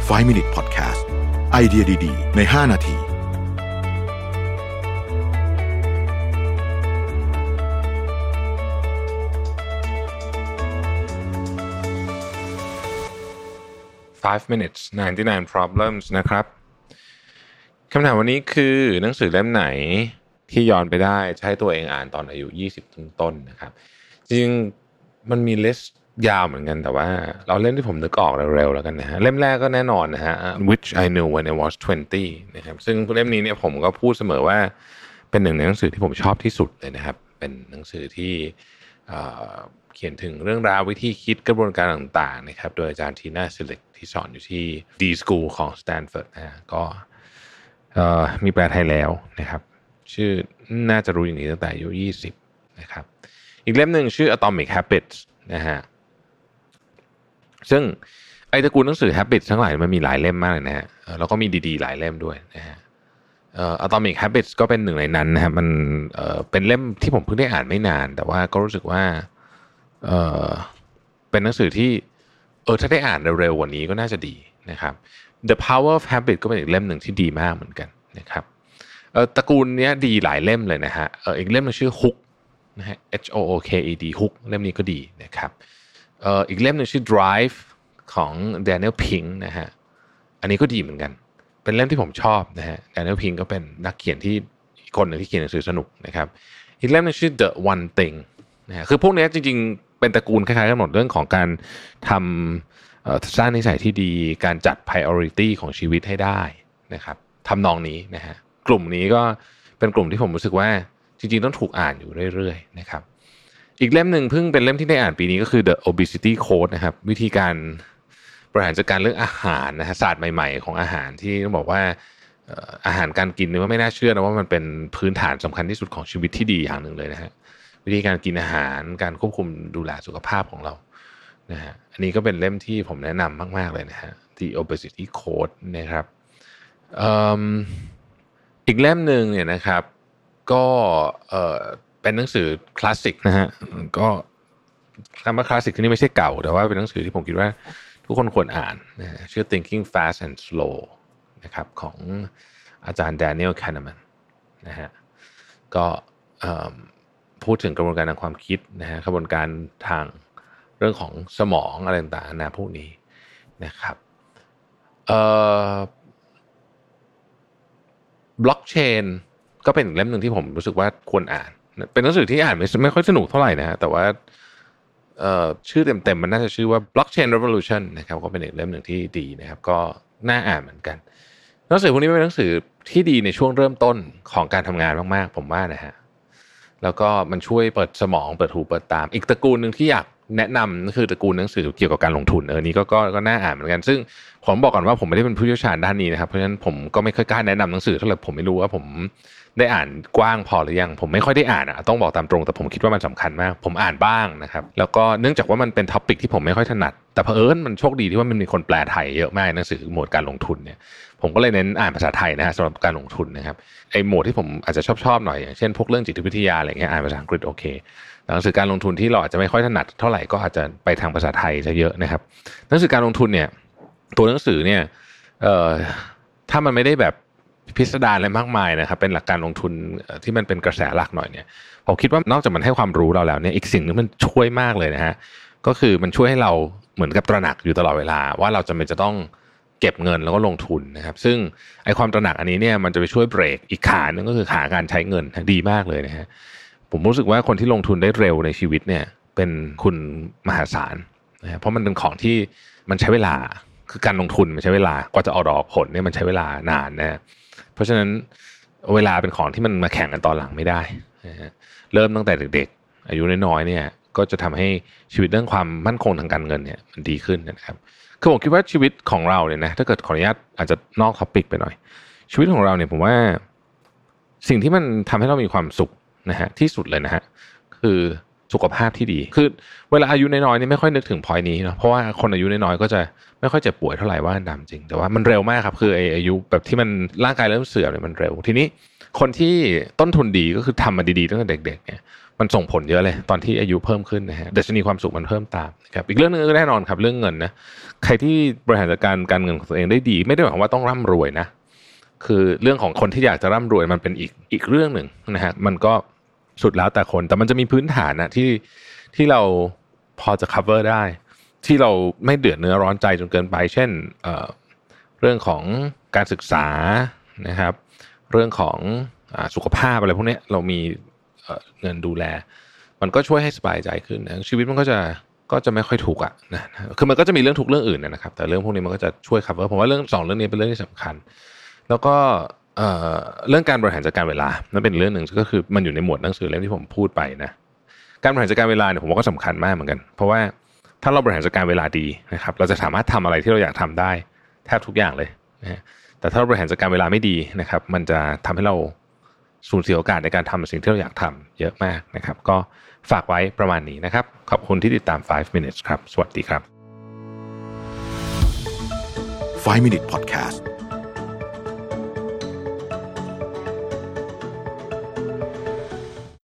5 Minute Podcast ไอเดียดีๆใน5นาที 5 minutes 99 problems นะครับคำถามวันนี้คือหนังสือเล่มไหนที่ย้อนไปได้ใช้ตัวเองอ่านตอนอายุ20ต้นๆนะครับจริงๆมันมีลิสต์ยาวเหมือนกันแต่ว่าเราเล่มที่ผมนึกออกเร็วๆแล้วกันนะฮะเล่มแรกก็แน่นอนนะฮะ Which I Knew When I Was 20นะครับซึ่งเล่มนี้เนี่ยผมก็พูดเสมอว่าเป็นหนึ่งในหนังสือที่ผมชอบที่สุดเลยนะครับเป็นหนังสือที่เขียนถึงเรื่องราววิธีคิดกระบวนการต่างๆนะครับโดยอาจารย์ทีน่าซิลิกที่สอนอยู่ที่ D School ของ Stanford นะฮะก็มีแปลไทยแล้วนะครับชื่อน่าจะรู้อย่างนี้ตั้งแต่อายุ20นะครับอีกเล่มหนึ่งชื่อ Atomic Habits นะฮะซึ่งไอ้ตระกูลหนังสือ Habits ทั้งหลายมันมีหลายเล่มมากเลยนะฮะแล้วก็มีดีๆหลายเล่มด้วยนะฮะAtomic Habits ก็เป็นหนึ่งในนั้นนะครับมันเป็นเล่มที่ผมเพิ่งได้อ่านไม่นานแต่ว่าก็รู้สึกว่าเป็นหนังสือที่ถ้าได้อ่านเร็วๆกว่านี้ก็น่าจะดีนะครับ The Power of Habit ก็เป็นอีกเล่มหนึ่งที่ดีมากเหมือนกันนะครับตระกูลนี้ดีหลายเล่มเลยนะฮะอีกเล่มนึงชื่อ Hook นะฮะ HOOKED Hook เล่มนี้ก็ดีนะครับอีกเล่มนึงชื่อ Drive ของ Daniel Pink นะฮะอันนี้ก็ดีเหมือนกันเป็นเล่มที่ผมชอบนะฮะ Daniel Pink ก็เป็นนักเขียนที่อีกคนหนึ่งที่เขียนหนังสือสนุกนะครับอีกเล่มนึงชื่อ The One Thing นะฮะคือพวกนี้จริงๆเป็นตระกูลคล้ายๆกันหมดเรื่องของการทำสร้างนิสัยที่ดีการจัด priority ของชีวิตให้ได้นะครับทำนองนี้นะฮะกลุ่มนี้ก็เป็นกลุ่มที่ผมรู้สึกว่าจริงๆต้องถูกอ่านอยู่เรื่อยๆนะครับอีกเล่มหนึ่งเพิ่งเป็นเล่มที่ได้อ่านปีนี้ก็คือ The Obesity Code นะครับวิธีการบริหารจัดการเรื่องอาหารนะฮะศาสตร์ใหม่ๆของอาหารที่ต้องบอกว่าอาหารการกินเนี่ยว่าไม่น่าเชื่อนะว่ามันเป็นพื้นฐานสำคัญที่สุดของชีวิตที่ดีอย่างหนึ่งเลยนะฮะวิธีการกินอาหารการควบคุมดูแลสุขภาพของเรานะฮะอันนี้ก็เป็นเล่มที่ผมแนะนำมากๆเลยนะฮะ The Obesity Code นะครับอีกเล่มหนึ่งเนี่ยนะครับก็เป็นหนังสือคลาสสิกนะฮะก็คำว่าคลาสสิกที่นี่ไม่ใช่เก่าแต่ว่าเป็นหนังสือที่ผมคิดว่าทุกคนควรอ่านนะฮะชื่อ Thinking Fast and Slow นะครับของอาจารย์ Daniel Kahneman นะฮะก็พูดถึงกระบวนการทางความคิดนะฮะกระบวนการทางเรื่องของสมองอะไรต่างๆนะพวกนี้นะครับบล็อกเชนก็เป็นอีกเล่มหนึ่งที่ผมรู้สึกว่าควรอ่านเป็นหนังสือที่อ่านไม่ค่อยสนุกเท่าไหร่นะฮะแต่ว่าชื่อเต็มๆมันน่าจะชื่อว่า Blockchain Revolution นะครับก็เป็นอีกเล่มหนึ่งที่ดีนะครับก็น่าอ่านเหมือนกันหนังสือพวกนี้เป็นหนังสือที่ดีในช่วงเริ่มต้นของการทำงานมากๆผมว่านะฮะแล้วก็มันช่วยเปิดสมองเปิดหูเปิดตาอีกตระกูลนึงที่อยากแนะนำก็คือตระกูลหนังสือเกี่ยวกับการลงทุนนี้ก็น่าอ่านเหมือนกันซึ่งผมบอกก่อนว่าผมไม่ได้เป็นผู้เชี่ยวชาญด้านนี้นะครับเพราะฉะนั้นผมก็ไม่ค่อยกล้าแนะนำหนังสือเท่าไหร่ผมไม่รู้ว่าผมได้อ่านกว้างพอหรือยังผมไม่ค่อยได้อ่านต้องบอกตามตรงแต่ผมคิดว่ามันสำคัญมากผมอ่านบ้างนะครับแล้วก็เนื่องจากว่ามันเป็นท็อปิกที่ผมไม่ค่อยถนัดแต่เผอิญมันโชคดีที่ว่ามันมีคนแปลไทยเยอะมากหนังสือหมวดการลงทุนเนี่ยผมก็เลยเน้นอ่านภาษาไทยนะฮะสำหรับการลงทุนนะครับไอ้หมวดที่ผมอาจจะชอบหน่อยอย่างเช่นพวกเรื่องจิตวิทยาอะไรเงี้ยอ่านภาษาอังกฤษโอเคหนังสือการลงทุนที่เราอาจจะไม่ค่อยถนัดเท่าไหร่ก็อาจจะไปทางภาษาไทยซะเยอะนะครับหนังสือการลงทุนเนี่ยตัวหนังสือเนี่ยถ้ามันไม่ได้แบบพิสดารอะไรมากมายนะครับเป็นหลักการลงทุนที่มันเป็นกระแสหลักหน่อยเนี่ยผมคิดว่านอกจากมันให้ความรู้เราแล้วเนี่ยอีกสิ่งนึงมันช่วยมากเลยนะฮะก็คือมันช่วยให้เราเหมือนกับตระหนักอยู่ตลอดเวลาว่าเราจะต้อง เก็บเงินแล้วก็ลงทุนนะครับซึ่งไอ้ความตระหนักอันนี้เนี่ยมันจะไปช่วยเบรกอีกขานึงก็คือขาการใช้เงินดีมากเลยนะฮะผมรู้สึกว่าคนที่ลงทุนได้เร็วในชีวิตเนี่ยเป็นคุณมหาศาลนะเพราะมันเป็นของที่มันใช้เวลาคือการลงทุนมันใช้เวลากว่าจะเอาดอกผลเนี่ยมันใช้เวลานานนะเพราะฉะนั้นเวลาเป็นของที่มันมาแข่งกันตอนหลังไม่ได้นะฮะเริ่มตั้งแต่เด็กๆอายุน้อยๆเนี่ยก็จะทำให้ชีวิตเรื่องความมั่นคงทางการเงินเนี่ยมันดีขึ้นนะครับคือผมคิดว่าชีวิตของเราเนี่ยนะถ้าเกิดขออนุญาตอาจจะนอกท็อปิกไปหน่อยชีวิตของเราเนี่ยผมว่าสิ่งที่มันทำให้เรามีความสุขนะฮะที่สุดเลยนะฮะคือสุขภาพที่ดีคือเวลาอายุน้อยๆนี่ไม่ค่อยนึกถึงพอยต์นี้เนาะเพราะว่าคนอายุน้อยๆก็จะไม่ค่อยเจ็บป่วยเท่าไหร่ว่าดำจริงแต่ว่ามันเร็วมากครับคืออายุแบบที่มันร่างกายเริ่มเสื่อมเนี่ยมันเร็วทีนี้คนที่ต้นทุนดีก็คือทำมาดีๆตั้งแต่เด็กๆเนี่ยมัมันส่งผลเยอะเลยตอนที่อายุเพิ่มขึ้นนะฮะดัชนีความสุขมันเพิ่มตามนะครับอีกเรื่องนึงก็แน่นอนครับเรื่องเงินนะใครที่บริหารจัดการเงินของตัวเองได้ดีไม่ได้หมายความว่าต้องร่ำรวยนะคือเรื่องของคนที่อยากจะร่ำรวยมันเป็นอีกเรื่องหนึ่งนะฮะมันก็สุดแล้วแต่คนแต่มันจะมีพื้นฐานนะที่เราพอจะ cover ได้ที่เราไม่เดือดเนื้อร้อนใจจนเกินไปเช่นเรื่องของการศึกษานะครับเรื่องของสุขภาพอะไรพวกนี้เรามีเงินดูแลมันก็ช่วยให้สบายใจขึ้นนะชีวิตมันก็จะไม่ค่อยทุกข์นะคือมันก็จะมีเรื่องทุกข์เรื่องอื่นนะครับแต่เรื่องพวกนี้มันก็จะช่วย cover ผมว่าเรื่อง2เรื่องนี้เป็นเรื่องที่สำคัญแล้วก็เรื่องการบริหารจัดการเวลานั่นเป็นเรื่องหนึ่งก็คือมันอยู่ในหมวดหนังสือเล่มที่ผมพูดไปนะการบริหารจัดการเวลาเนี่ยผมว่าก็สำคัญมากเหมือนกันเพราะว่าถ้าเราบริหารจัดการเวลาดีนะครับเราจะสามารถทำอะไรที่เราอยากทำได้แทบทุกอย่างเลยนะแต่ถ้าเราบริหารจัดการเวลาไม่ดีนะครับมันจะทำให้เราสูญเสียโอกาสในการทำสิ่งที่เราอยากทำเยอะมากนะครับก็ฝากไว้ประมาณนี้นะครับขอบคุณที่ติดตาม5 minutes ครับสวัสดีครับ 5 Minute Podcast